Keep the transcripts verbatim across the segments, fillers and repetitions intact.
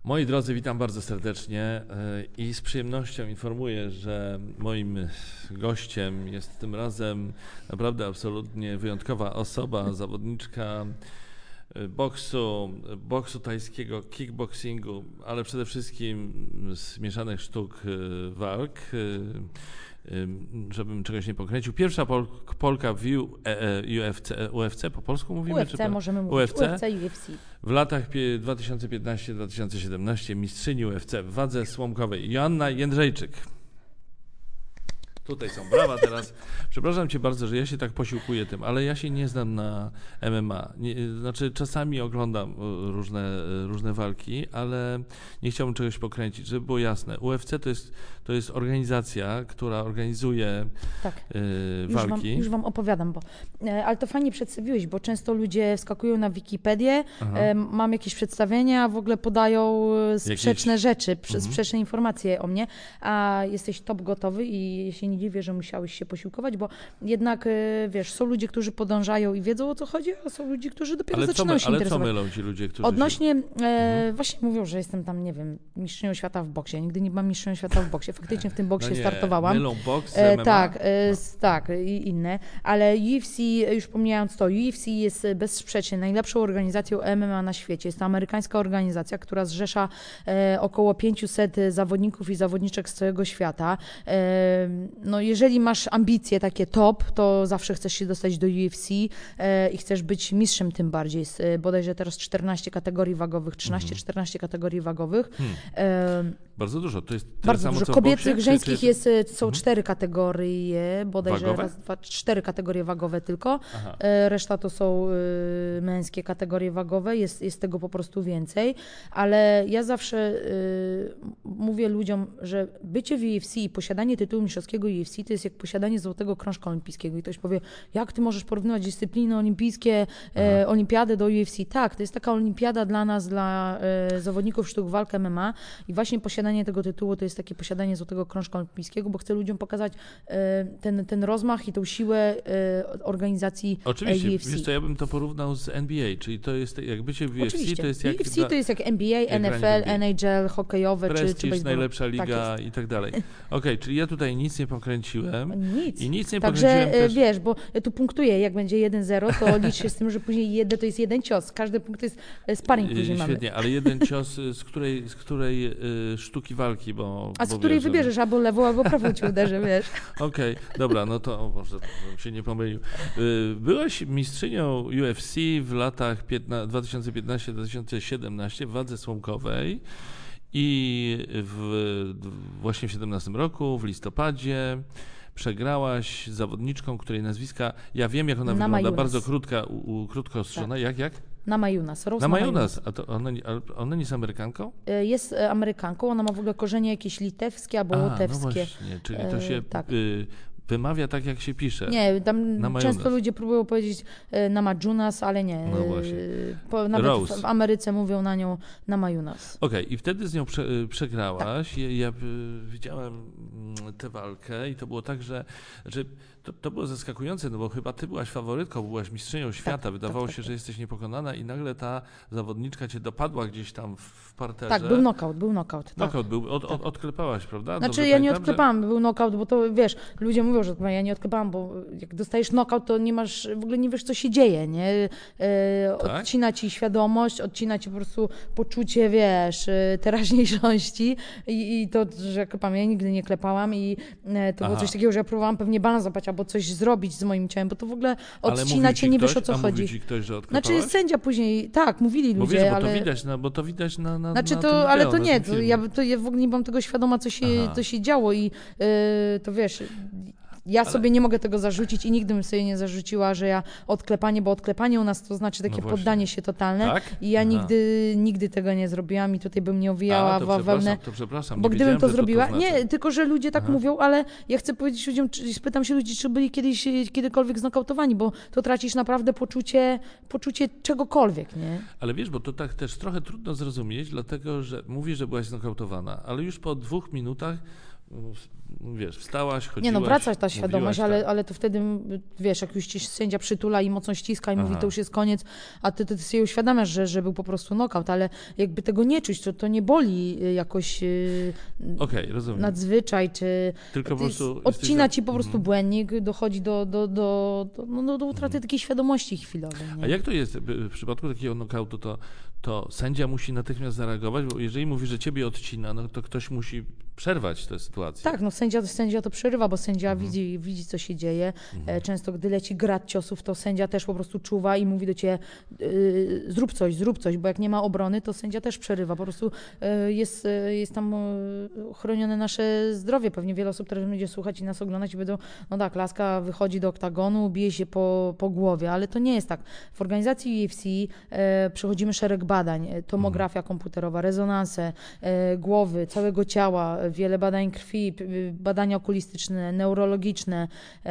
Moi drodzy, witam bardzo serdecznie i z przyjemnością informuję, że moim gościem jest tym razem naprawdę absolutnie wyjątkowa osoba, zawodniczka boksu, boksu tajskiego, kickboxingu, ale przede wszystkim zmieszanych sztuk walk, żebym czegoś nie pokręcił. Pierwsza Pol Polka w U F C, U F C po polsku mówimy? U F C czy możemy mówić, U F C? U F C, U F C. W latach dwa tysiące piętnastym do dwa tysiące siedemnastego mistrzyni U F C w wadze słomkowej Joanna Jędrzejczyk. Tutaj są brawa teraz. Przepraszam cię bardzo, że ja się tak posiłkuję tym, ale ja się nie znam na M M A. Nie, znaczy czasami oglądam różne, różne walki, ale nie chciałbym czegoś pokręcić, żeby było jasne. U F C to jest, to jest organizacja, która organizuje tak. y, już walki. Wam, już wam opowiadam, bo, e, ale to fajnie przedstawiłeś, bo często ludzie wskakują na Wikipedię, e, mam jakieś przedstawienia, w ogóle podają sprzeczne jakieś... rzeczy, mhm. sprzeczne informacje o mnie, a jesteś top gotowy i się nie dziwię, że musiałeś się posiłkować, bo jednak, wiesz, są ludzie, którzy podążają i wiedzą, o co chodzi, a są ludzie, którzy dopiero ale zaczynają my, się ale interesować. Ale co mylą ci ludzie, którzy Odnośnie, się... e, mhm. właśnie mówią, że jestem tam, nie wiem, mistrzynią świata w boksie. Ja nigdy nie byłam mistrzynią świata w boksie. Faktycznie w tym boksie no nie, startowałam. Mylą boks z e, M M A? Tak, e, no. tak i inne. Ale U F C, już pomijając to, U F C jest bezsprzecznie najlepszą organizacją M M A na świecie. Jest to amerykańska organizacja, która zrzesza e, około pięciuset zawodników i zawodniczek z całego świata. E, no jeżeli masz ambicje takie top, to zawsze chcesz się dostać do U F C e, i chcesz być mistrzem tym bardziej. Jest e, bodajże teraz czternaście kategorii wagowych, trzynaście czternaście kategorii wagowych. Hmm. E, bardzo dużo. To jest bardzo samo, dużo. co Kobiecych, boksie, żeńskich czy, czy... jest, są mhm. cztery kategorie, bodajże wagowe? raz, dwa, cztery kategorie wagowe tylko. E, reszta to są e, męskie kategorie wagowe. Jest, jest tego po prostu więcej. Ale ja zawsze e, mówię ludziom, że bycie w U F C i posiadanie tytułu mistrzowskiego U F C to jest jak posiadanie złotego krążka olimpijskiego. I ktoś powie, jak ty możesz porównywać dyscypliny olimpijskie, e, olimpiady do U F C? Tak, to jest taka olimpiada dla nas, dla e, zawodników sztuk walk M M A i właśnie posiadanie tego tytułu to jest takie posiadanie złotego krążka olimpijskiego, bo chcę ludziom pokazać e, ten, ten rozmach i tą siłę e, organizacji Oczywiście, U F C. wiesz co, ja bym to porównał z N B A, czyli to jest, jak bycie w U F C, Oczywiście. to jest jak... U F C to jest jak N B A, N F L, N H L, hokejowe Prestiż, czy, czy baseball. najlepsza liga tak i tak dalej. Okej, okay, czyli ja tutaj nic nie pokręciłem. Nic. I nic nie Także pokręciłem też... wiesz, bo ja tu punktuję, jak będzie jeden zero, to licz się z tym, że później jedno to jest jeden cios. Każdy punkt to jest sparring później Świetnie, mamy. Świetnie, ale jeden cios z której, z której y, sztuki walki, bo... A z bo której wiesz, wybierzesz, albo lewą, albo prawą ci uderzę, wiesz. Okej, okay, dobra, no to o Boże, żebym się nie pomylił. Y, byłaś mistrzynią U F C w latach dwa tysiące piętnastym do dwa tysiące siedemnastego w wadze słomkowej i w, właśnie w siedemnastym roku, w listopadzie, przegrałaś z zawodniczką, której nazwiska, ja wiem jak ona Na wygląda, Majunas. bardzo krótka, u, u, krótko ostrzeżona, tak. jak, jak? Na Majunas. Na Majunas, a to ona, ona nie jest Amerykanką? Jest Amerykanką, ona ma w ogóle korzenie jakieś litewskie albo a, łotewskie. No właśnie, czyli to się e, tak. y, wymawia tak, jak się pisze. Nie, tam na często ludzie próbują powiedzieć e, na Majunas, ale nie. No właśnie. Po, nawet Rose. w Ameryce mówią na nią na Majunas. Okej, okay, i wtedy z nią prze, przegrałaś. Tak. Ja, ja y, widziałem tę walkę i to było tak, że, że to, to było zaskakujące, no bo chyba ty byłaś faworytką, byłaś mistrzynią świata, tak, wydawało tak, się, tak, że jesteś niepokonana i nagle ta zawodniczka cię dopadła gdzieś tam w parterze. Tak, był knockout, był knockout. Tak. Knockout był, od, tak. od, odklepałaś, prawda? Znaczy Dobrze ja nie pamiętam, odklepałam, że... był knockout, bo to wiesz, ludzie mówią, że ja nie odklepałam, bo jak dostajesz knockout, to nie masz, w ogóle nie wiesz, co się dzieje, nie? E, tak? Odcina ci świadomość, odcina ci po prostu poczucie, wiesz, teraźniejszości i, i to, że klepam, ja nigdy nie klepałam i e, to Aha. było coś takiego, że ja próbowałam pewnie balans złapać albo coś zrobić z moim ciałem, bo to w ogóle odcina cię, nie ktoś, wiesz, o co a chodzi. Mówi ci ktoś, że odklepałaś? Znaczy sędzia później, tak, mówili ludzie, bo wiesz, bo ale... to widać, no, bo to widać na, na, znaczy na to, tym wideo, ale to nie, tym to ja, to ja w ogóle nie byłam tego świadoma, co się, co się działo i yy, to wiesz... Ja Ale... sobie nie mogę tego zarzucić i nigdy bym sobie nie zarzuciła, że ja odklepanie, bo odklepanie u nas to znaczy takie no poddanie się totalne tak? i ja nigdy, nigdy tego nie zrobiłam i tutaj bym nie owijała w wełnę. To przepraszam, bo gdybym to zrobiła, to znaczy. nie, tylko że ludzie tak Aha. mówią, ale ja chcę powiedzieć ludziom, czy, spytam się ludzi, czy byli kiedyś, kiedykolwiek znokautowani, bo to tracisz naprawdę poczucie, poczucie czegokolwiek, nie? Ale wiesz, bo to tak też trochę trudno zrozumieć, dlatego że mówisz, że byłaś znokautowana, ale już po dwóch minutach wiesz, wstałaś, chodziłaś. Nie no, wraca ta świadomość, ale, tak. ale to wtedy, wiesz, jak już ci sędzia przytula i mocno ściska i Aha. mówi, to już jest koniec, a ty, ty, ty sobie uświadamiasz, że, że był po prostu knockout, ale jakby tego nie czuć, to, to nie boli jakoś yy, okay, rozumiem. nadzwyczaj, czy tylko po prostu odcina jesteś... ci po prostu mhm. błędnik, dochodzi do, do, do, do, no, do, do utraty mhm. takiej świadomości chwilowej. Nie? A jak to jest w przypadku takiego knockoutu, to, to sędzia musi natychmiast zareagować, bo jeżeli mówi, że ciebie odcina, no to ktoś musi przerwać tę sytuację. Tak, no sędzia, sędzia to przerywa, bo sędzia mhm. widzi, widzi, co się dzieje. Mhm. Często, gdy leci grad ciosów, to sędzia też po prostu czuwa i mówi do ciebie yy, zrób coś, zrób coś, bo jak nie ma obrony, to sędzia też przerywa. Po prostu yy, jest, yy, jest tam yy, chronione nasze zdrowie. Pewnie wiele osób teraz będzie słuchać i nas oglądać i będą, no tak, laska wychodzi do oktagonu, bije się po, po głowie, ale to nie jest tak. W organizacji U F C yy, przechodzimy szereg badań, tomografia mhm. komputerowa, rezonanse yy, głowy, całego ciała, wiele badań krwi, badania okulistyczne, neurologiczne,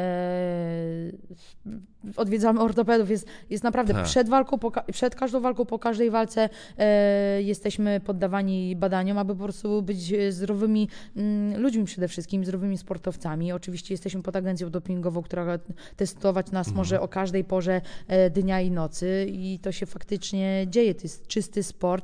e, odwiedzamy ortopedów, jest, jest naprawdę tak. przed walką, po, przed każdą walką, po każdej walce e, jesteśmy poddawani badaniom, aby po prostu być zdrowymi m, ludźmi przede wszystkim, zdrowymi sportowcami. Oczywiście jesteśmy pod agencją dopingową, która testować nas mhm. może o każdej porze e, dnia i nocy i to się faktycznie dzieje. To jest czysty sport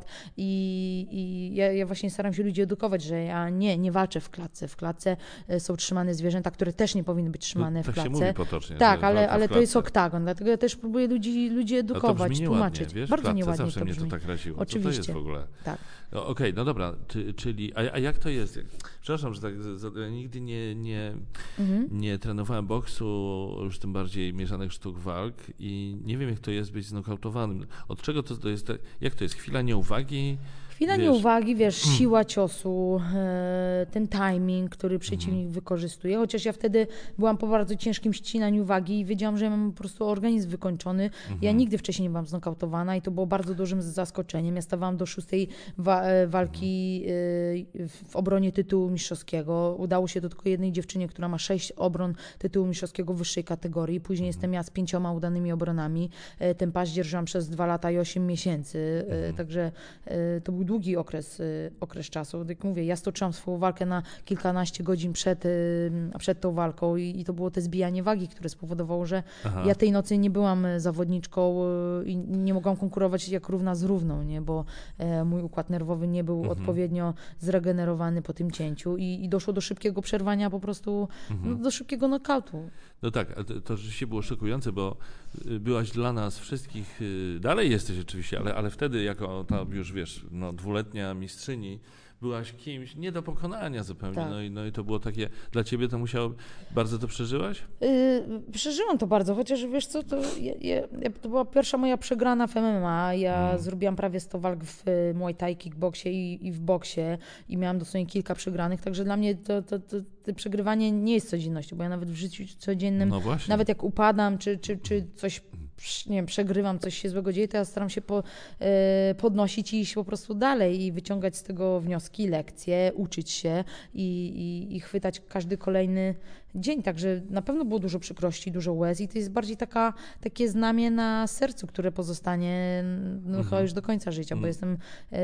i, i ja, ja właśnie staram się ludzi edukować, że ja nie, nie walczę w klatce. W klatce są trzymane zwierzęta, które też nie powinny być trzymane no, tak w klatce. Tak się mówi potocznie. Tak, ale, ale to jest oktagon, dlatego ja też próbuję ludzi, ludzi edukować, to tłumaczyć. Nieładnie, wiesz, bardzo nieładnie zawsze to mnie brzmi. to tak raziło. Oczywiście. Co to jest w ogóle? Tak. No, Okej, okay, no dobra, Ty, czyli, a, a jak to jest? Przepraszam, że tak, ja nigdy nie, nie, mhm. nie trenowałem boksu, już tym bardziej mieszanych sztuk walk i nie wiem, jak to jest być znokautowanym. Od czego to, to jest, jak to jest? Chwila nieuwagi? Chwila wiesz, nieuwagi, wiesz, siła ciosu, e, ten timing, który przeciwnik mm. wykorzystuje, chociaż ja wtedy byłam po bardzo ciężkim ścinaniu wagi i wiedziałam, że ja mam po prostu organizm wykończony. Mm-hmm. Ja nigdy wcześniej nie byłam znokautowana i to było bardzo dużym zaskoczeniem. Ja stawałam do szóstej wa- walki e, w obronie tytułu mistrzowskiego. Udało się to tylko jednej dziewczynie, która ma sześć obron tytułu mistrzowskiego wyższej kategorii. Później mm. jestem ja z pięcioma udanymi obronami. E, ten pas dzierżałam przez dwa lata i osiem miesięcy, e, mm. także e, to był długi okres, okres czasu. Jak mówię, ja stoczyłam swoją walkę na kilkanaście godzin przed, przed tą walką i, i to było te zbijanie wagi, które spowodowało, że Aha. ja tej nocy nie byłam zawodniczką i nie mogłam konkurować jak równa z równą, nie? Bo e, mój układ nerwowy nie był mhm. odpowiednio zregenerowany po tym cięciu i, i doszło do szybkiego przerwania po prostu, mhm. no, do szybkiego knockoutu. No tak, to, to rzeczywiście było szokujące, bo byłaś dla nas wszystkich, dalej jesteś oczywiście, ale, ale wtedy jako ta już wiesz, no, dwuletnia mistrzyni, byłaś kimś nie do pokonania zupełnie. Tak. No, i, no i to było takie, dla ciebie to musiało, bardzo to przeżyłaś? Yy, przeżyłam to bardzo, chociaż wiesz co, to, ja, ja, to była pierwsza moja przegrana w M M A. Ja hmm. zrobiłam prawie sto walk w Muay Thai, kickboksie i, i w boksie i miałam dosłownie kilka przegranych, także dla mnie to, to, to, to przegrywanie nie jest codziennością, bo ja nawet w życiu codziennym, no nawet jak upadam, czy, czy, czy coś nie wiem, przegrywam, coś się złego dzieje, to ja staram się po, e, podnosić i iść po prostu dalej i wyciągać z tego wnioski, lekcje, uczyć się i, i, i chwytać każdy kolejny dzień. Także na pewno było dużo przykrości, dużo łez i to jest bardziej taka, takie znamie na sercu, które pozostanie no, chyba już do końca życia, bo jestem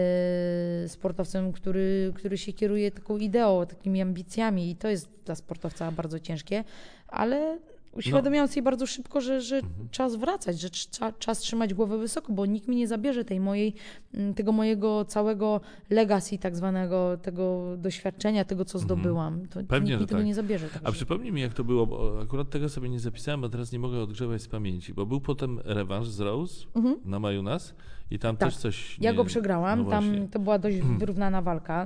e, sportowcem, który, który się kieruje taką ideą, takimi ambicjami i to jest dla sportowca bardzo ciężkie, ale uświadomiłam sobie no. bardzo szybko, że, że mhm. czas wracać, że cza, czas trzymać głowę wysoko, bo nikt mi nie zabierze tej mojej, tego mojego całego legacy tak zwanego, tego doświadczenia, tego co zdobyłam. To Pewnie, nikt mi tego tak. nie zabierze. A przypomnij mi, jak to było, bo akurat tego sobie nie zapisałem, a teraz nie mogę odgrzewać z pamięci, bo był potem rewanż z Rose mhm. na Majunas i tam tak. też coś... Nie... Ja go przegrałam, no tam to była dość wyrównana walka.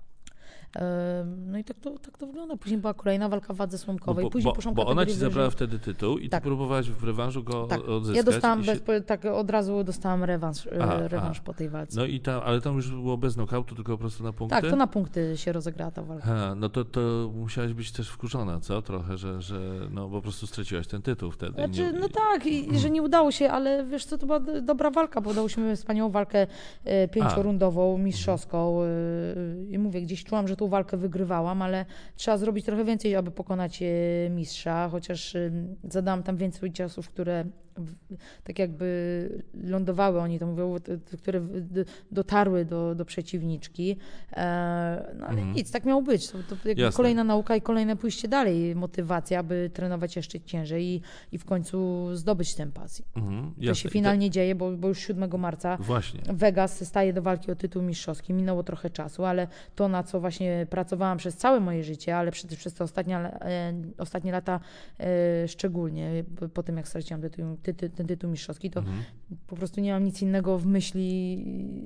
No i tak to, tak to wygląda. Później była kolejna walka w wadze słomkowej. No bo, Później bo, poszłam bo ona ci wyżej. zabrała wtedy tytuł i tak. ty próbowałaś w rewanżu go tak. odzyskać. Ja dostałam, się... bez, tak od razu dostałam rewanż, aha, rewanż aha. po tej walce. No i tam, ale tam już było bez knockoutu, tylko po prostu na punkty? Tak, to na punkty się rozegrała ta walka. Ha, no to, to musiałaś być też wkurzona, co? Trochę, że, że no po prostu straciłaś ten tytuł wtedy. Znaczy, nie... no tak, i, i że nie udało się, ale wiesz co, to była dobra walka, bo udało się wspaniałą walkę e, pięciorundową, mistrzowską. E, I mówię, gdzieś czułam, że tą walkę wygrywałam, ale trzeba zrobić trochę więcej, aby pokonać mistrza, chociaż zadałam tam więcej ciosów, które tak jakby lądowały, oni to mówią, które dotarły do, do przeciwniczki. No ale mhm. nic, tak miało być. To, to jakby kolejna nauka i kolejne pójście dalej, motywacja, aby trenować jeszcze ciężej i, i w końcu zdobyć ten pas. Mhm. To się finalnie te... dzieje, bo, bo już siódmego marca właśnie. Vegas staje do walki o tytuł mistrzowski. Minęło trochę czasu, ale to, na co właśnie pracowałam przez całe moje życie, ale przez, przez te ostatnie, e, ostatnie lata e, szczególnie, po tym jak straciłam tytuł, tytuł, ten tytuł mistrzowski, to mhm. po prostu nie mam nic innego w myśli.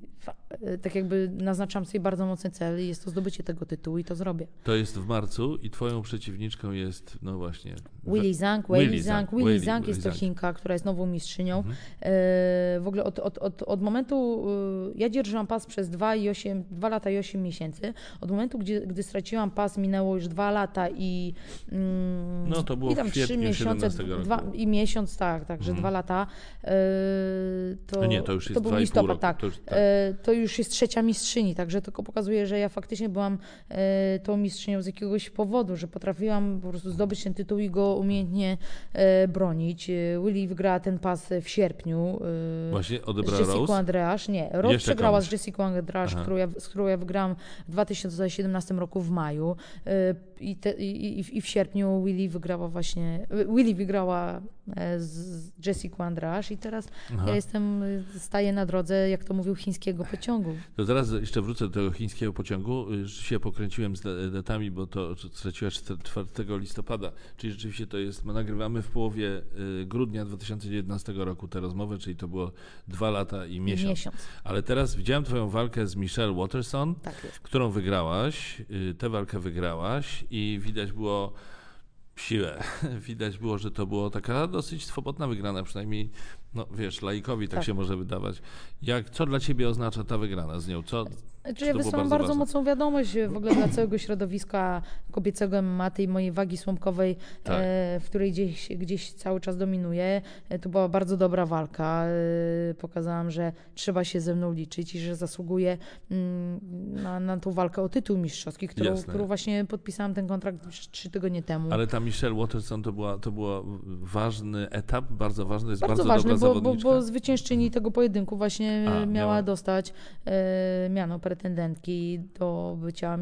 Tak jakby naznaczam sobie bardzo mocny cel i jest to zdobycie tego tytułu i to zrobię. To jest w marcu i twoją przeciwniczką jest, no właśnie... Weili Zhang. Weili Zhang, Weili Zhang jest to Chinka, która jest nową mistrzynią. Mhm. E, w ogóle od, od, od, od momentu, e, ja dzierżyłam pas przez dwa lata i osiem miesięcy. Od momentu, gdzie, gdy straciłam pas, minęło już dwa lata i mm, no to było i tam w kwietniu trzy miesiące, dwa, i miesiąc, tak, także mhm. dwa lata. E, to, no nie, to już jest to był dwa i pół listopad, roku. tak. To już, tak. E, to już jest trzecia mistrzyni, także to pokazuje, że ja faktycznie byłam e, tą mistrzynią z jakiegoś powodu, że potrafiłam po prostu zdobyć ten tytuł i go umiejętnie e, bronić. Willi wygrała ten pas w sierpniu. E, Właśnie odebrała z Jessicą Rose? Andreasz. Nie, Rose Jeszcze przegrała komuś. z Jessicą Andreasz, którą ja, z którą ja wygrałam w dwa tysiące siedemnastym roku w maju. E, i, te, i, i, I w sierpniu Willi wygrała właśnie, Willi wygrała z Jessicą Andreasz i teraz Aha. ja jestem, staję na drodze, jak to mówił, chińskiego pociągu. To zaraz jeszcze wrócę do tego chińskiego pociągu. Już się pokręciłem z datami, bo to straciłaś czwartego listopada, czyli rzeczywiście to jest, my nagrywamy w połowie grudnia dwa tysiące dziewiętnastego roku tę rozmowę, czyli to było dwa lata i miesiąc. miesiąc. Ale teraz widziałem twoją walkę z Michelle Waterson, tak jest. którą wygrałaś. Tę walkę wygrałaś i widać było siłę. Widać było, że to było taka dosyć swobodna wygrana, przynajmniej, no wiesz, laikowi tak, tak się może wydawać. Jak, co dla ciebie oznacza ta wygrana z nią? Co, Czy ja wysyłam bardzo, bardzo mocną wiadomość w ogóle dla całego środowiska kobiecego M M A, tej mojej wagi słomkowej, tak. e, w której gdzieś, gdzieś cały czas dominuję. E, to była bardzo dobra walka. E, pokazałam, że trzeba się ze mną liczyć i że zasługuję mm, na, na tą walkę o tytuł mistrzowski, którą, którą właśnie podpisałam ten kontrakt trzy tygodnie temu. Ale ta Michelle Waterson to była, to była ważny etap, bardzo ważny, jest bardzo, bardzo bardzo ważny, dobra bo, zawodniczka. bo, bo zwyciężczyni tego pojedynku właśnie A, miała, miała dostać e, miano pretendentki do bycia,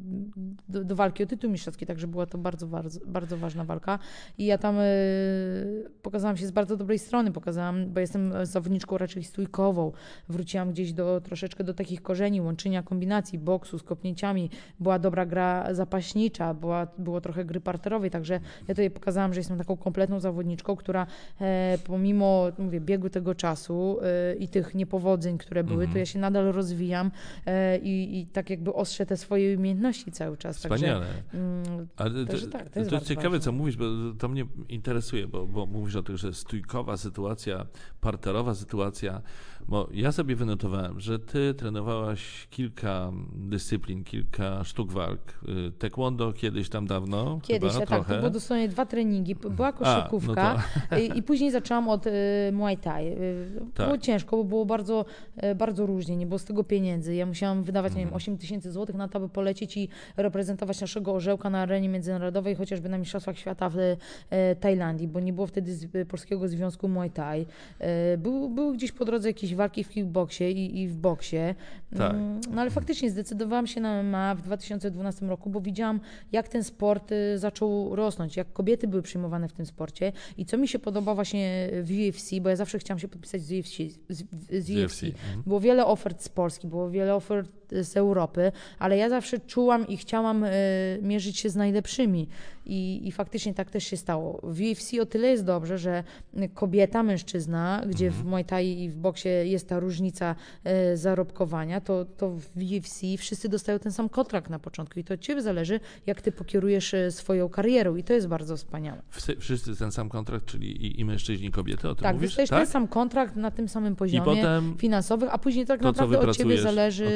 do, do walki o tytuł mistrzowski, także była to bardzo, bardzo, bardzo ważna walka i ja tam e, pokazałam się z bardzo dobrej strony, pokazałam, bo jestem zawodniczką raczej stójkową, wróciłam gdzieś do troszeczkę do takich korzeni, łączenia kombinacji, boksu z kopnięciami, była dobra gra zapaśnicza, była, było trochę gry parterowej, także ja tutaj pokazałam, że jestem taką kompletną zawodniczką, która e, pomimo, mówię, biegu tego czasu e, i tych niepowodzeń, które były, mm-hmm. to ja się nadal rozwijam e, i, i tak jakby ostrzę te swoje umiejętności cały czas. Wspaniale. Także, mm, Ale to, to, tak, to jest, to jest ciekawe, ważne. co mówisz, bo to mnie interesuje, bo, bo mówisz o tym, że stójkowa sytuacja, parterowa sytuacja, bo ja sobie wynotowałem, że ty trenowałaś kilka dyscyplin, kilka sztuk walk. Taekwondo kiedyś tam dawno, Kiedyś, chyba, tak, trochę. to było dosłownie dwa treningi. Była koszykówka A, no to... i, i później zaczęłam od y, Muay Thai. Y, tak. Było ciężko, bo było bardzo, y, bardzo różnie, nie było z tego pieniędzy. Ja musiałam wydawać, mm. nie wiem, osiem tysięcy złotych na to, aby polecieć i reprezentować naszego orzełka na arenie międzynarodowej, chociażby na Mistrzostwach Świata w y, Tajlandii, bo nie było wtedy z, y, Polskiego Związku Muay Thai. Y, był, były gdzieś po drodze jakieś walki w kickboxie i, i w boksie. Tak. No ale faktycznie zdecydowałam się na M M A w dwa tysiące dwunastym roku, bo widziałam, jak ten sport y, zaczął rosnąć, jak kobiety były przyjmowane w tym sporcie i co mi się podoba właśnie w U F C, bo ja zawsze chciałam się podpisać z U F C. Z, z U F C. Mhm. Było wiele ofert z Polski, było wiele ofert z Europy, ale ja zawsze czułam i chciałam y, mierzyć się z najlepszymi. I, I faktycznie tak też się stało. W U F C o tyle jest dobrze, że kobieta, mężczyzna, gdzie mhm. w Muay Thai i w boksie jest ta różnica y, zarobkowania, to, to w U F C wszyscy dostają ten sam kontrakt na początku i to od ciebie zależy, jak ty pokierujesz swoją karierą i to jest bardzo wspaniałe. Wszyscy ten sam kontrakt, czyli i, i mężczyźni, i kobiety, o tym tak, mówisz? Dostajesz tak, ten sam kontrakt na tym samym poziomie potem finansowym, a później tak to, naprawdę od ciebie zależy, okay.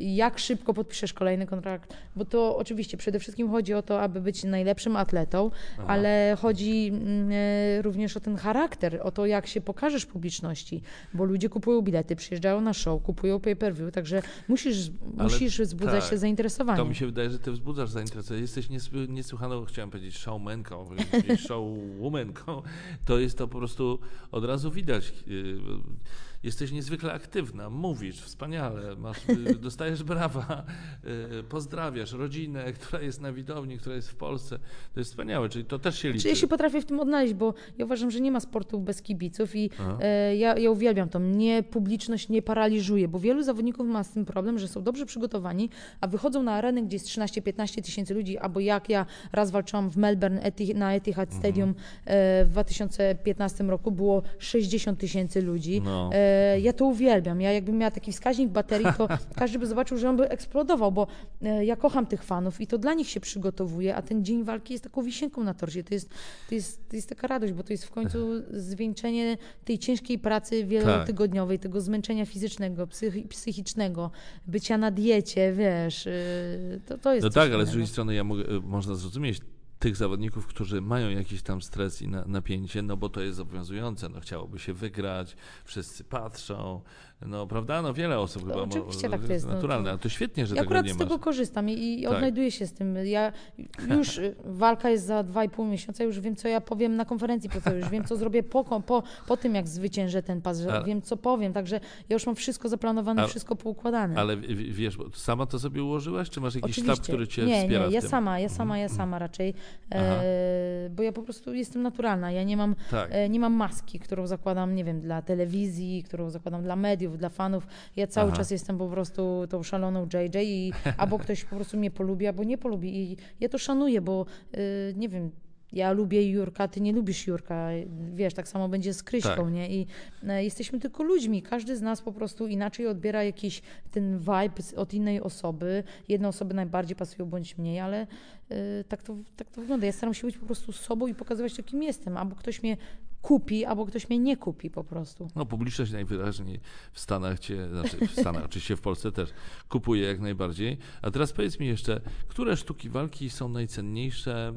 jak szybko podpiszesz kolejny kontrakt, bo to oczywiście przede wszystkim chodzi o to, aby być najlepszym atletą, Aha. ale chodzi y, również o ten charakter, o to, jak się pokażesz publiczności, bo ludzie kupują bilety, przyjeżdżają na show, kupują pay-per-view, także musisz, musisz wzbudzać tak, się zainteresowanie. To mi się wydaje, że ty wzbudzasz zainteresowanie. Jesteś niesłychaną, chciałem powiedzieć, showmanką, showwomanką. To jest to po prostu od razu widać. Jesteś niezwykle aktywna, mówisz wspaniale, masz, dostajesz brawa, pozdrawiasz rodzinę, która jest na widowni, która jest w Polsce. To jest wspaniałe, czyli to też się liczy. Czyli ja się potrafię w tym odnaleźć, bo ja uważam, że nie ma sportu bez kibiców i e, ja, ja uwielbiam to. Mnie publiczność nie paraliżuje, bo wielu zawodników ma z tym problem, że są dobrze przygotowani, a wychodzą na arenę, gdzie jest trzynaście piętnaście tysięcy ludzi, albo jak ja raz walczyłam w Melbourne Eti- na Etihad Stadium mhm. e, w dwa tysiące piętnastym roku, było sześćdziesiąt tysięcy ludzi. No. E, Ja to uwielbiam. Ja jakbym miała taki wskaźnik baterii, to każdy by zobaczył, że on by eksplodował, bo ja kocham tych fanów i to dla nich się przygotowuje, a ten dzień walki jest taką wisienką na torcie. To jest, to jest, to jest taka radość, bo to jest w końcu zwieńczenie tej ciężkiej pracy wielotygodniowej, tego zmęczenia fizycznego, psychi- psychicznego, bycia na diecie, wiesz, to, to jest No coś tak, innego. ale z drugiej strony ja mogę, można zrozumieć tych zawodników, którzy mają jakiś tam stres i na, napięcie, no bo to jest zobowiązujące, no chciałoby się wygrać, wszyscy patrzą, no prawda, no wiele osób no, chyba oczywiście mo- tak to jest naturalne, no, to... ale to świetnie, że ja tego nie masz. Ja akurat z tego korzystam i, i tak. odnajduję się z tym. Ja już walka jest za dwa i pół miesiąca, już wiem, co ja powiem na konferencji prasowej, już wiem, co zrobię po, po, po tym, jak zwyciężę ten pas, że ale... wiem, co powiem, także ja już mam wszystko zaplanowane, ale... wszystko poukładane. Ale wiesz, bo sama to sobie ułożyłaś, czy masz jakiś oczywiście. sztab, który cię nie, wspiera Nie, ja w tym? sama, ja sama, ja sama raczej, e, bo ja po prostu jestem naturalna, ja nie mam, tak. e, nie mam maski, którą zakładam, nie wiem, dla telewizji, którą zakładam dla mediów, dla fanów. Ja cały Aha. czas jestem po prostu tą szaloną J J i albo ktoś po prostu mnie polubi, albo nie polubi. I ja to szanuję, bo yy, nie wiem, ja lubię Jurka, ty nie lubisz Jurka, wiesz, tak samo będzie z Kryśką, tak. nie? I e, jesteśmy tylko ludźmi, każdy z nas po prostu inaczej odbiera jakiś ten vibe od innej osoby. Jedne osoby najbardziej pasują bądź mniej, ale e, tak, to, tak to wygląda. Ja staram się być po prostu sobą i pokazywać to, kim jestem, albo ktoś mnie kupi, albo ktoś mnie nie kupi po prostu. No publiczność najwyraźniej w Stanach cię, znaczy w Stanach, oczywiście w Polsce też kupuje jak najbardziej. A teraz powiedz mi jeszcze, które sztuki walki są najcenniejsze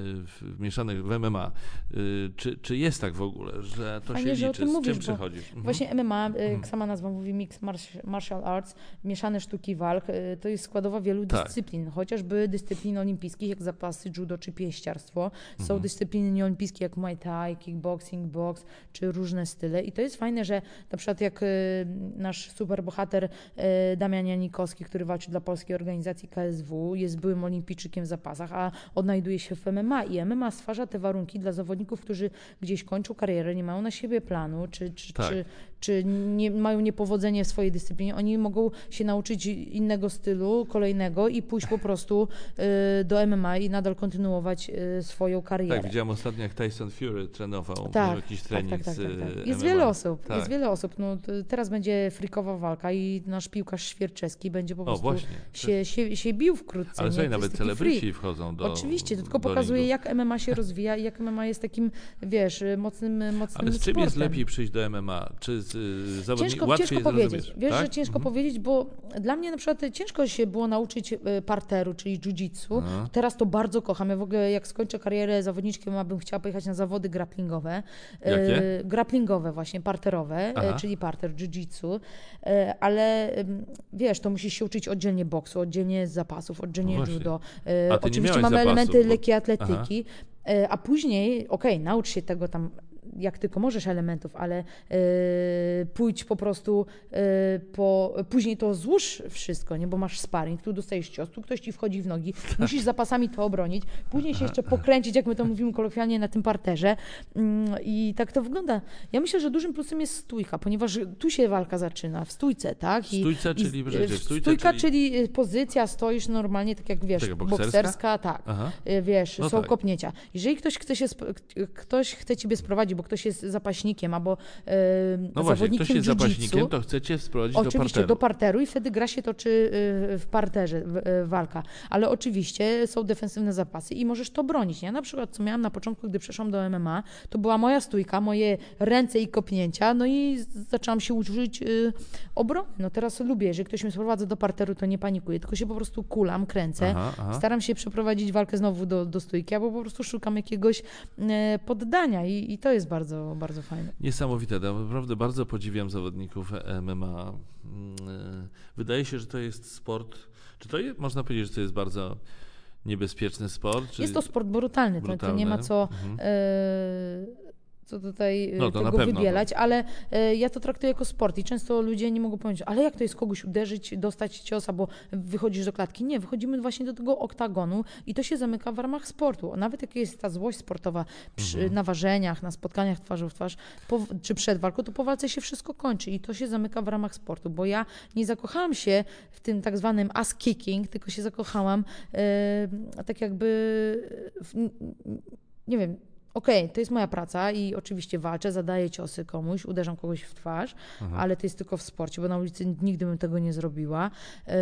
w mieszanych w M M A? Czy, czy jest tak w ogóle, że to Fajnie, się że liczy? O tym z mówisz, czym przychodzisz? Mhm. Właśnie M M A, mhm. jak sama nazwa mówi, Mixed Martial Arts, mieszane sztuki walk, to jest składowa wielu tak. dyscyplin, chociażby dyscyplin olimpijskich, jak zapasy, judo czy pięściarstwo. Są mhm. dyscypliny nieolimpijskie, jak Muay Thai, kickboxing, box, czy różne style. I to jest fajne, że na przykład jak y, nasz superbohater y, Damian Janikowski, który walczy dla polskiej organizacji K S W, jest byłym olimpijczykiem w zapasach, a odnajduje się w M M A i M M A stwarza te warunki dla zawodników, którzy gdzieś kończą karierę, nie mają na siebie planu, czy, czy, tak. czy, czy nie, mają niepowodzenie w swojej dyscyplinie. Oni mogą się nauczyć innego stylu, kolejnego i pójść po prostu y, do M M A i nadal kontynuować y, swoją karierę. Tak, widziałem ostatnio, jak Tyson Fury trenował. Tak. Jakiś trening tak, tak, tak, tak, tak. z Jest M M A. wiele osób, tak. jest wiele osób. No, teraz będzie frikowa walka i nasz piłkarz Świerczewski będzie po prostu o, się, się, się bił wkrótce. Ale sobie nawet celebryci free. wchodzą do Oczywiście, to tylko pokazuje, ringu. Jak M M A się rozwija i jak M M A jest takim, wiesz, mocnym, mocnym Ale z czym sportem. jest lepiej przyjść do M M A? Czy z y, zawodnikiem ciężko, łatwiej ciężko powiedzieć. Zrozumieć? Wiesz, tak? że ciężko mhm. powiedzieć, bo dla mnie na przykład ciężko się było nauczyć parteru, czyli jiu-jitsu. Aha. Teraz to bardzo kocham. Ja w ogóle jak skończę karierę zawodniczki M M A, bym chciała pojechać na zawody grapplingowe. Jakie? Grapplingowe właśnie, parterowe, Aha. czyli parter, jiu-jitsu, ale wiesz, to musisz się uczyć oddzielnie boksu, oddzielnie zapasów, oddzielnie no judo. Oczywiście mamy zapasów, elementy bo... lekkiej atletyki, Aha. a później, okej, okay, naucz się tego tam jak tylko możesz elementów, ale yy, pójdź po prostu, yy, po, później to złóż wszystko, nie? Bo masz sparring, tu dostajesz cios, tu ktoś ci wchodzi w nogi, musisz zapasami to obronić, później się jeszcze pokręcić, jak my to mówimy kolokwialnie, na tym parterze yy, i tak to wygląda. Ja myślę, że dużym plusem jest stójka, ponieważ tu się walka zaczyna, w stójce, tak? I, Stójca, i, czyli w stójce, Stójka, czyli... czyli pozycja, stoisz normalnie, tak jak wiesz, bokserska? bokserska, tak, Aha. wiesz, no są tak. kopnięcia. Jeżeli ktoś chce się, ktoś chce ciebie sprowadzić, bo bo ktoś jest zapaśnikiem, albo e, no właśnie, zawodnikiem ktoś jest jiu-jitsu. zapaśnikiem, to chcecie sprowadzić Oczywiście, do parteru. do parteru i wtedy gra się toczy w parterze walka. Ale oczywiście są defensywne zapasy i możesz to bronić. Ja na przykład, co miałam na początku, gdy przeszłam do M M A, to była moja stójka, moje ręce i kopnięcia, no i zaczęłam się uczyć y, obrony. No teraz lubię, jeżeli ktoś mnie sprowadza do parteru, to nie panikuję, tylko się po prostu kulam, kręcę. Aha, aha. Staram się przeprowadzić walkę znowu do, do stójki, albo po prostu szukam jakiegoś e, poddania i, i to jest bardzo, bardzo fajne. Niesamowite. Ja naprawdę bardzo podziwiam zawodników M M A. Wydaje się, że to jest sport, czy to jest, można powiedzieć, że to jest bardzo niebezpieczny sport? Czy... Jest to sport brutalny, brutalny. To, to nie ma co... Mhm. E, co tutaj no, tego pewno, wybielać, to... ale e, ja to traktuję jako sport i często ludzie nie mogą powiedzieć, ale jak to jest kogoś uderzyć, dostać cios, albo wychodzisz do klatki. Nie, wychodzimy właśnie do tego oktagonu i to się zamyka w ramach sportu. Nawet jak jest ta złość sportowa przy, mhm. na ważeniach, na spotkaniach twarzą w twarz, po, czy przed walką, to po walce się wszystko kończy i to się zamyka w ramach sportu, bo ja nie zakochałam się w tym tak zwanym ass kicking, tylko się zakochałam e, tak jakby w, nie wiem, okej, okay, to jest moja praca i oczywiście walczę, zadaję ciosy komuś, uderzam kogoś w twarz, mhm. ale to jest tylko w sporcie, bo na ulicy nigdy bym tego nie zrobiła. Yy,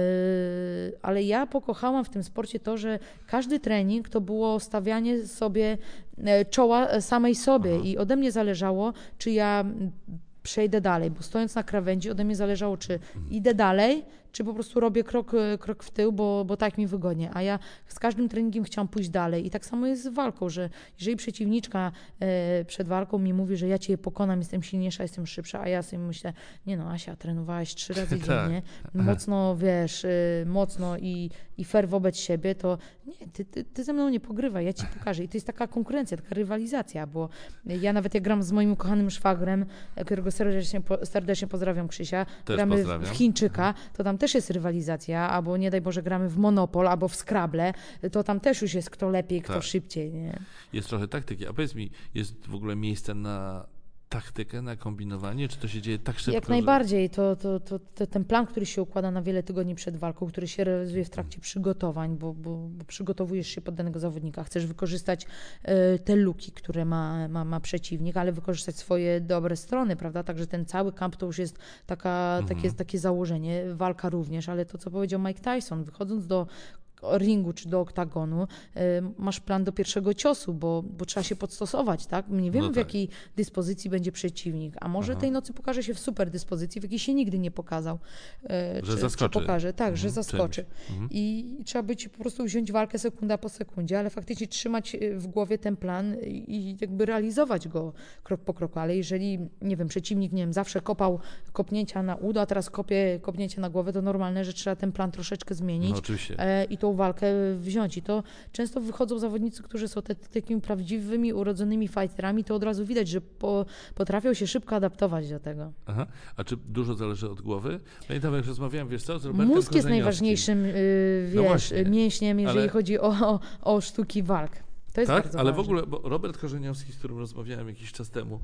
ale ja pokochałam w tym sporcie to, że każdy trening to było stawianie sobie czoła samej sobie mhm. i ode mnie zależało, czy ja przejdę dalej, bo stojąc na krawędzi ode mnie zależało, czy idę dalej, czy po prostu robię krok, krok w tył, bo, bo tak mi wygodnie. A ja z każdym treningiem chciałam pójść dalej. I tak samo jest z walką, że jeżeli przeciwniczka e, przed walką mi mówi, że ja cię pokonam, jestem silniejsza, jestem szybsza, a ja sobie myślę, nie no Asia, trenowałaś trzy razy dziennie, mocno, wiesz, y, mocno i, i fair wobec siebie, to nie, ty, ty, ty ze mną nie pogrywaj, ja ci pokażę. I to jest taka konkurencja, taka rywalizacja, bo ja nawet jak gram z moim ukochanym szwagrem, którego serdecznie, serdecznie pozdrawiam, Krzysia, Też gramy pozdrawiam. w Chińczyka, to tam też jest rywalizacja, albo nie daj Boże gramy w Monopol, albo w Scrabble, to tam też już jest kto lepiej, kto tak. szybciej. Nie? Jest trochę taktyki. A powiedz mi, jest w ogóle miejsce na taktykę, na kombinowanie? Czy to się dzieje tak szybko? Jak że... najbardziej. To, to, to, to ten plan, który się układa na wiele tygodni przed walką, który się realizuje w trakcie przygotowań, bo, bo, bo przygotowujesz się pod danego zawodnika. Chcesz wykorzystać y, te luki, które ma, ma, ma przeciwnik, ale wykorzystać swoje dobre strony, prawda? Także ten cały kamp to już jest taka, mhm. takie, takie założenie. Walka również, ale to, co powiedział Mike Tyson, wychodząc do ringu czy do oktagonu, y, masz plan do pierwszego ciosu, bo, bo trzeba się podstosować, tak? Nie wiemy, no tak. w jakiej dyspozycji będzie przeciwnik, a może Aha. tej nocy pokaże się w super dyspozycji, w jakiej się nigdy nie pokazał. Y, że czy, zaskoczy. Czy pokaże, tak, mhm. że zaskoczy. Mhm. I, I trzeba być po prostu wziąć walkę sekunda po sekundzie, ale faktycznie trzymać w głowie ten plan i, i jakby realizować go krok po kroku, ale jeżeli, nie wiem, przeciwnik, nie wiem, zawsze kopał kopnięcia na udo, a teraz kopie kopnięcia na głowę, to normalne, że trzeba ten plan troszeczkę zmienić. No, oczywiście. E, I to walkę wziąć. I to często wychodzą zawodnicy, którzy są te, takimi prawdziwymi, urodzonymi fighterami, to od razu widać, że po, potrafią się szybko adaptować do tego. Aha. A czy dużo zależy od głowy? Pamiętam, jak rozmawiałem, wiesz co, z Robertem Mózg jest najważniejszym, yy, wiesz, no mięśniem, jeżeli ale... chodzi o, o, o sztuki walk. To jest tak, bardzo ale ważne. w ogóle, bo Robert Korzeniowski, z którym rozmawiałem jakiś czas temu,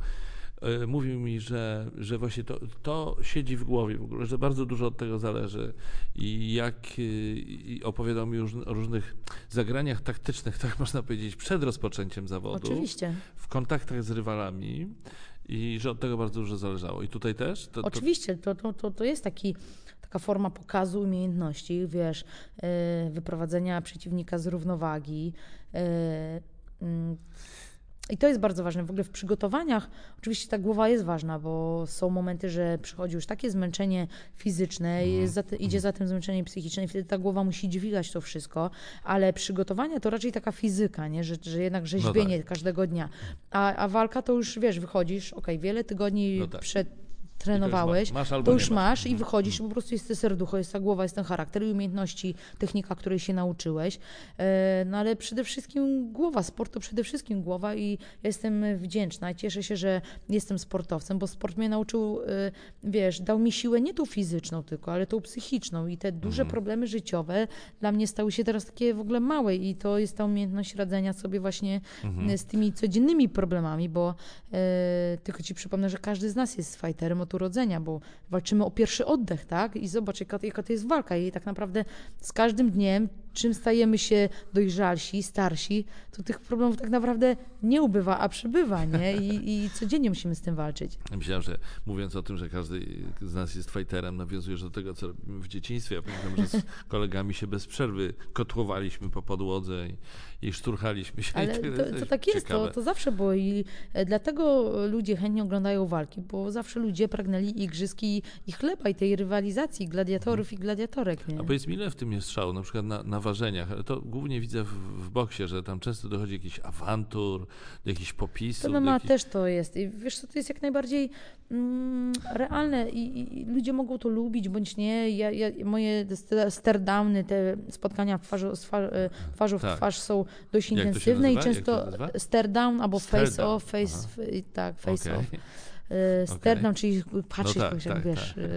mówił mi, że, że właśnie to, to siedzi w głowie w ogóle, że bardzo dużo od tego zależy i jak i opowiadał mi już o różnych zagraniach taktycznych, tak można powiedzieć, przed rozpoczęciem zawodu. Oczywiście. W kontaktach z rywalami i że od tego bardzo dużo zależało. I tutaj też? To, to... Oczywiście, to, to, to, to jest taki taka forma pokazu umiejętności, wiesz, yy, wyprowadzenia przeciwnika z równowagi, yy, yy. I to jest bardzo ważne. W ogóle w przygotowaniach oczywiście ta głowa jest ważna, bo są momenty, że przychodzi już takie zmęczenie fizyczne, mm. za te, idzie za tym zmęczenie psychiczne i wtedy ta głowa musi dźwigać to wszystko, ale przygotowania to raczej taka fizyka, nie? Że, że jednak rzeźbienie no tak. każdego dnia. A, a walka to już, wiesz, wychodzisz, okej, okay, wiele tygodni no tak. przed trenowałeś, masz, to już masz, masz i wychodzisz, i po prostu jest to serducho, jest ta głowa, jest ten charakter i umiejętności, technika, której się nauczyłeś. No ale przede wszystkim głowa, sport to przede wszystkim głowa i ja jestem wdzięczna i cieszę się, że jestem sportowcem, bo sport mnie nauczył, wiesz, dał mi siłę nie tą fizyczną tylko, ale tą psychiczną i te duże mhm. problemy życiowe dla mnie stały się teraz takie w ogóle małe i to jest ta umiejętność radzenia sobie właśnie mhm. z tymi codziennymi problemami, bo e, tylko ci przypomnę, że każdy z nas jest fighterem od urodzenia, bo walczymy o pierwszy oddech, tak? I zobacz, jaka, jaka to jest walka i tak naprawdę z każdym dniem czym stajemy się dojrzalsi, starsi, to tych problemów tak naprawdę nie ubywa, a przybywa, nie? I, i codziennie musimy z tym walczyć. Myślałem, że mówiąc o tym, że każdy z nas jest fajterem, nawiązujesz do tego, co robimy w dzieciństwie. Ja pamiętam, że z kolegami się bez przerwy kotłowaliśmy po podłodze i, i szturchaliśmy się. Ale I to, to tak jest, to, to zawsze było i dlatego ludzie chętnie oglądają walki, bo zawsze ludzie pragnęli igrzyski i chleba i tej rywalizacji gladiatorów hmm. i gladiatorek. Nie? A powiedz mi, ile w tym jest szału, na przykład na, na ważeniach, ale to głównie widzę w, w boksie, że tam często dochodzi do jakichś awantur, do jakichś popisów. To M M A jakichś... też to jest i wiesz co, to jest jak najbardziej mm, realne I, i ludzie mogą to lubić bądź nie. Ja, ja, moje stare-downy, te spotkania twarzą, twarzą w tak. twarz są dość jak intensywne i często stare-down albo face-off, face, face, tak, face-off. Okay. Sternam, okay. czyli patrzeć, no tak, jak tak, wiesz. Tak.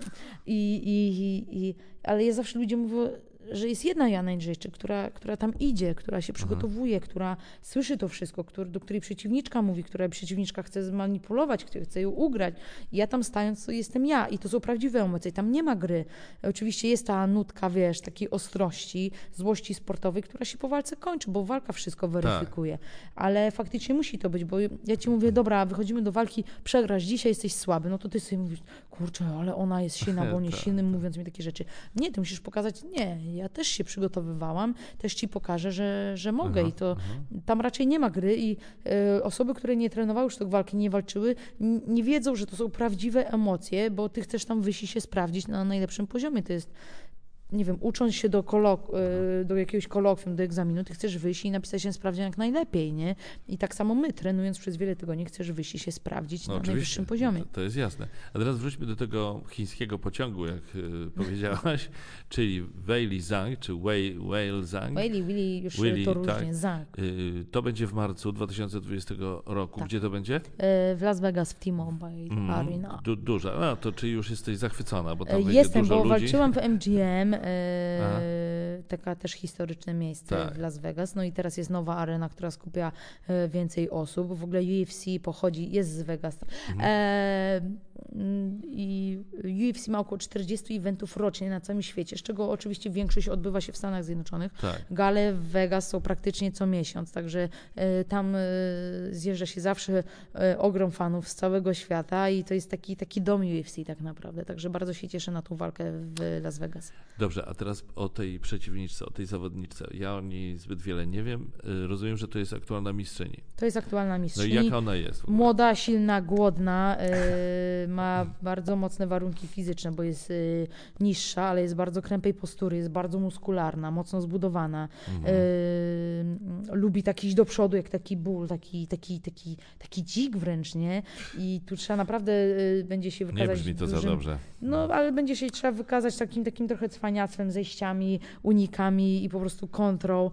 I, i, i, ale ja zawsze ludziom mówię, że jest jedna Joanna Jędrzejczyk, która, która tam idzie, która się przygotowuje, mhm. która słyszy to wszystko, który, do której przeciwniczka mówi, która przeciwniczka chce zmanipulować, która chce ją ugrać. I ja tam stając, to jestem ja i to są prawdziwe emocje. Tam nie ma gry. Oczywiście jest ta nutka, wiesz, takiej ostrości, złości sportowej, która się po walce kończy, bo walka wszystko weryfikuje. Tak. Ale faktycznie musi to być, bo ja ci mówię, dobra, wychodzimy do walki, przegrasz, dzisiaj jesteś słaby, no to ty sobie mówisz, kurczę, ale ona jest silna, bo on jest silny, mówiąc mi takie rzeczy. Nie, ty musisz pokazać, nie, ja też się przygotowywałam, też ci pokażę, że, że mogę aha, i to aha. tam raczej nie ma gry i y, osoby, które nie trenowały sztuk walki, nie walczyły, n- nie wiedzą, że to są prawdziwe emocje, bo ty chcesz tam wyjść i się sprawdzić na najlepszym poziomie. To jest nie wiem, ucząc się do, kolok- do jakiegoś kolokwium, do egzaminu, ty chcesz wyjść i napisać się sprawdzian jak najlepiej, nie? I tak samo my, trenując przez wiele tygodni, chcesz wyjść i się sprawdzić no na najwyższym poziomie. To, to jest jasne. A teraz wróćmy do tego chińskiego pociągu, jak y, powiedziałaś, czyli Weili Zhang, czy Wei, Wei Zhang. Weili, Willi, już Willi, to różnie, tak. Zhang. Y, to będzie w marcu dwa tysiące dwudziestego roku. Tak. Gdzie to będzie? W Las Vegas, w T-Mobile mm, Arena. Du- duża. No to czyli już jesteś zachwycona, bo tam Jestem, dużo bo ludzi. walczyłam w M G M, E, taka też historyczne miejsce tak. w Las Vegas. No i teraz jest nowa arena, która skupia e, więcej osób. W ogóle U F C pochodzi, jest z Vegas. Mhm. E, I U F C ma około czterdzieści eventów rocznie na całym świecie, z czego oczywiście większość odbywa się w Stanach Zjednoczonych. Tak. Gale w Vegas są praktycznie co miesiąc, także e, tam e, zjeżdża się zawsze e, ogrom fanów z całego świata i to jest taki, taki dom U F C tak naprawdę. Także bardzo się cieszę na tą walkę w Las Vegas. Dobrze, a teraz o tej przeciwniczce, o tej zawodniczce. Ja o niej zbyt wiele nie wiem. Rozumiem, że to jest aktualna mistrzyni. To jest aktualna mistrzyni. No i jaka ona jest? Młoda, silna, głodna, yy, ma bardzo mocne warunki fizyczne, bo jest yy, niższa, ale jest bardzo krępej postury, jest bardzo muskularna, mocno zbudowana. Mhm. Yy, lubi tak iść do przodu, jak taki ból, taki, taki, taki, taki dzik wręcz, nie? I tu trzeba naprawdę yy, będzie się wykazać... Nie brzmi to dużym, za dobrze. No, ale będzie się trzeba wykazać takim, takim trochę cwaniactwem, zejściami, unikami i po prostu kontrą.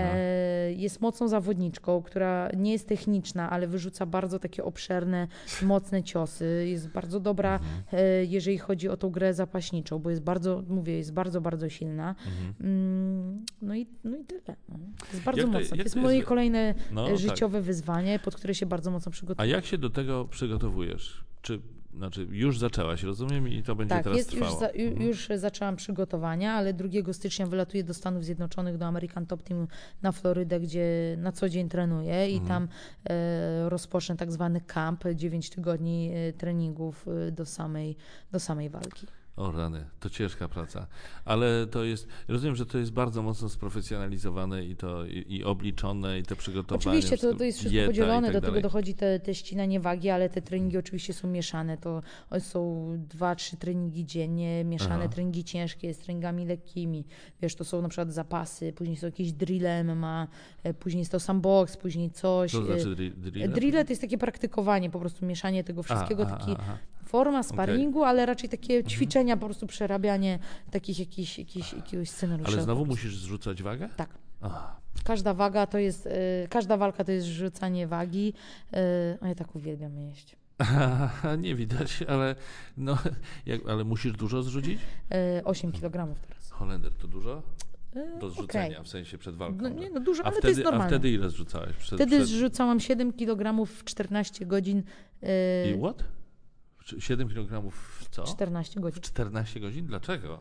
E, jest mocną zawodniczką, która nie jest techniczna, ale wyrzuca bardzo takie obszerne, mocne ciosy. Jest bardzo dobra, mhm. e, jeżeli chodzi o tą grę zapaśniczą, bo jest bardzo, mówię, jest bardzo, bardzo silna. Mhm. Mm, no, i, no i tyle. No. Jest bardzo to, mocna. To jest moje jest... kolejne no, życiowe tak. wyzwanie, pod które się bardzo mocno przygotowuję. A jak się do tego przygotowujesz? Czy Znaczy, już zaczęłaś, rozumiem, i to będzie tak, teraz jest, trwało. Już, za, mhm. już zaczęłam przygotowania, ale drugiego stycznia wylatuję do Stanów Zjednoczonych, do American Top Team na Florydę, gdzie na co dzień trenuję i mhm. tam e, rozpocznę tak zwany camp, dziewięć tygodni e, treningów e, do samej, do samej walki. O rany, to ciężka praca, ale to jest, rozumiem, że to jest bardzo mocno sprofesjonalizowane i to i, i obliczone i te przygotowania. Oczywiście, to, to jest wszystko podzielone, tak do dalej. tego dochodzi te, te ścinanie wagi, ale te treningi oczywiście są mieszane, to są dwa, trzy treningi dziennie, mieszane Aha. treningi ciężkie z treningami lekkimi, wiesz, to są na przykład zapasy, później są jakieś drille M M A, później jest to sam boks, później coś. Co to znaczy drille? Drille to jest takie praktykowanie, po prostu mieszanie tego wszystkiego, a, taki... A, a. Forma sparingu, okay. ale raczej takie ćwiczenia, po prostu przerabianie takich jakichś, jakichś, jakiegoś scenariusza. Ale znowu musisz zrzucać wagę? Tak. Aha. Każda waga to jest, y, każda walka to jest rzucanie wagi, y, a ja tak uwielbiam jeść. Nie widać, ale, no, jak, ale musisz dużo zrzucić? Y, osiem kilogramów teraz. Holender, to dużo? Do zrzucenia, okay. w sensie przed walką. No, nie, no dużo, a ale wtedy, to jest normalne. A wtedy ile zrzucałeś? Przed, wtedy przed... zrzucałam siedem kilogramów w czternaście godzin. Y... I what? siedem kilogramów w co? czternaście godzin. W czternaście godzin? Dlaczego?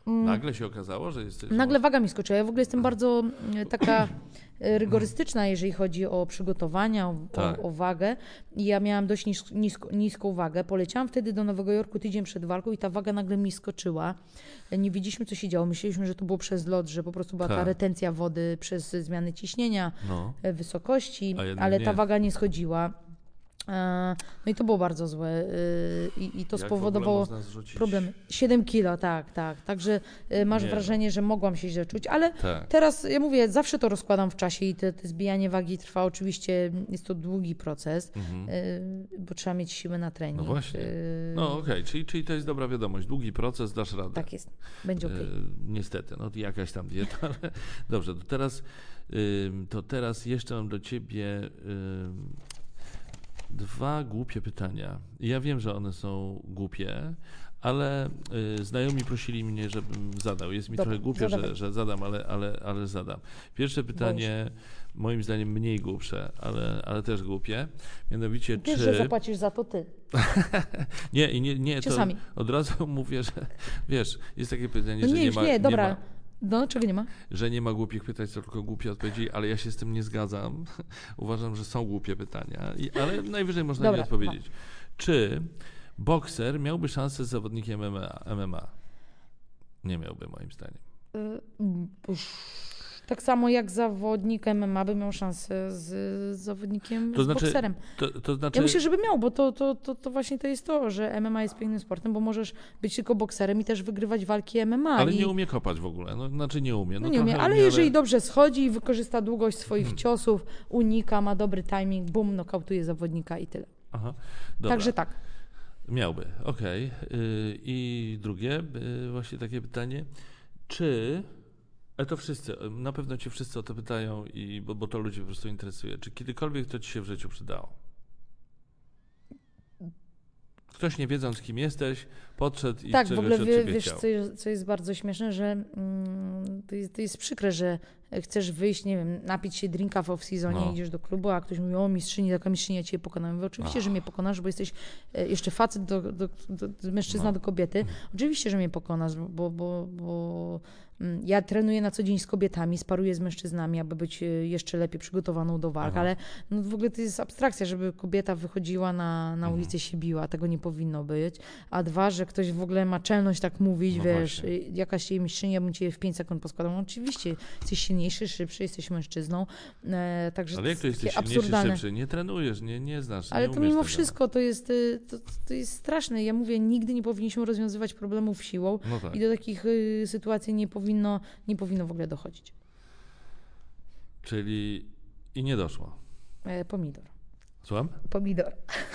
Nagle się okazało, że jesteś... Nagle waga mi skoczyła. Ja w ogóle jestem bardzo y, taka y, rygorystyczna, jeżeli chodzi o przygotowania, o, Tak. o, o wagę. I ja miałam dość nis, nisko, niską wagę. Poleciałam wtedy do Nowego Jorku tydzień przed walką i ta waga nagle mi skoczyła. Nie wiedzieliśmy, co się działo. Myśleliśmy, że to było przez lot, że po prostu była Tak. ta retencja wody przez zmiany ciśnienia, No. y, wysokości, A jednak ale nie. ta waga nie schodziła. E, No i to było bardzo złe y, i, i to Jak spowodowało w ogóle można zrzucić? problemy. siedem kilo, tak, tak. Także y, masz Nie. wrażenie, że mogłam się źle czuć, ale Tak. teraz, ja mówię, zawsze to rozkładam w czasie i te, te zbijanie wagi trwa oczywiście, jest to długi proces, Mhm. y, bo trzeba mieć siłę na trening. No właśnie. Y, No okej, czyli, czyli to jest dobra wiadomość. Długi proces, dasz radę. Tak jest, będzie okej. E, niestety, no jakaś tam dieta, ale dobrze, to teraz, ym, to teraz jeszcze mam do ciebie ym, dwa głupie pytania. Ja wiem, że one są głupie, ale y, znajomi prosili mnie, żebym zadał. Jest mi Dobra, trochę głupio, że, zadawaj. że zadam, ale, ale, ale zadam. Pierwsze pytanie, moim zdaniem mniej głupsze, ale, ale też głupie. Mianowicie, Wiesz, czy... że zapłacisz za to ty. Nie, i nie, nie, to Czasami. od razu mówię, że wiesz, jest takie pytanie, No że nie, nie już ma, nie, dobra. ma, No, czego nie ma? że nie ma głupich pytań, są tylko głupie odpowiedzi, ale ja się z tym nie zgadzam. Uważam, że są głupie pytania, i, ale najwyżej można Dobra, nie odpowiedzieć. Czy bokser miałby szansę z zawodnikiem M M A? M M A? Nie miałby, moim zdaniem. Y, Tak samo jak zawodnik M M A by miał szansę z, z zawodnikiem, To z znaczy, bokserem. to, to znaczy... Ja myślę, żeby miał, bo to, to, to, to właśnie to jest to, że M M A jest pięknym sportem, bo możesz być tylko bokserem i też wygrywać walki M M A. Ale i... nie umie kopać w ogóle, no, znaczy nie umie. No No nie umie, trochę ale umie, jeżeli dobrze schodzi i wykorzysta długość swoich Hmm. ciosów, unika, ma dobry timing, bum, nokautuje zawodnika i tyle. Aha, dobra. Także tak. Miałby, okej. Okay. I drugie, yy, właśnie takie pytanie, czy, ale to wszyscy, na pewno cię wszyscy o to pytają, i, bo, bo to ludzi po prostu interesuje, czy kiedykolwiek to ci się w życiu przydało? Ktoś, nie wiedząc, kim jesteś, podszedł i Tak, w czegoś ogóle od wie, ciebie wiesz, chciał. co jest, co jest bardzo śmieszne, że mm, to, jest, to jest przykre, że chcesz wyjść, nie wiem, napić się drinka w off-seasonie, No. idziesz do klubu, a ktoś mówi, o mistrzyni, taka mistrzyni, ja cię pokonam. Mówię, oczywiście, że mnie pokonasz, bo jesteś e, jeszcze facet do, do, do, do mężczyzna No. do kobiety. Oczywiście, że mnie pokonasz, bo, bo, bo mm, ja trenuję na co dzień z kobietami, sparuję z mężczyznami, aby być e, jeszcze lepiej przygotowaną do walk, Aha. ale no, w ogóle to jest abstrakcja, żeby kobieta wychodziła na, na Mhm. ulicę, się biła, tego nie powinno być. A dwa, że ktoś w ogóle ma czelność tak mówić, No wiesz, właśnie. y, jakaś jej mistrzyni, ja bym cię w pięć sekund poskładał. No, oczywiście, jesteś silniejszy, szybszy, jesteś mężczyzną, e, także Ale jak to jesteś takie silniejszy, absurdalne. szybszy? Nie trenujesz, nie, nie znasz, Ale nie to umiesz mimo tego. wszystko to jest, y, to, to jest straszne. Ja mówię, nigdy nie powinniśmy rozwiązywać problemów siłą No tak. i do takich y, sytuacji nie powinno, nie powinno w ogóle dochodzić. Czyli i nie doszło. E, pomidor. Słucham? Pomidor.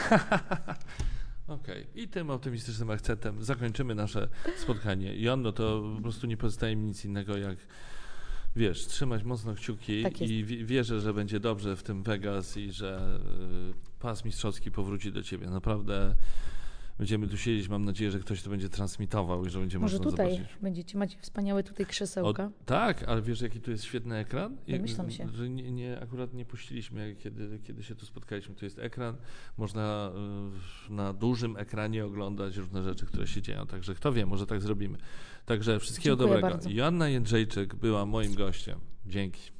Okej. I tym optymistycznym akcentem zakończymy nasze spotkanie. Joanno, to po prostu nie pozostaje mi nic innego jak, wiesz, trzymać mocno kciuki Tak jest. i wi- wierzę, że będzie dobrze w tym Vegas i że y, pas mistrzowski powróci do ciebie. Naprawdę będziemy tu siedzieć, mam nadzieję, że ktoś to będzie transmitował i że będzie Może można tutaj zobaczyć. będziecie, macie wspaniałe tutaj O, krzesełka. tak, ale wiesz, jaki tu jest świetny ekran? I- Domyślam się. Że nie, nie, akurat nie puściliśmy, kiedy, kiedy się tu spotkaliśmy. Tu jest ekran, można y, na dużym ekranie oglądać różne rzeczy, które się dzieją. Także kto wie, może tak zrobimy. Także wszystkiego Dziękuję dobrego. bardzo. Joanna Jędrzejczyk była moim gościem. Dzięki.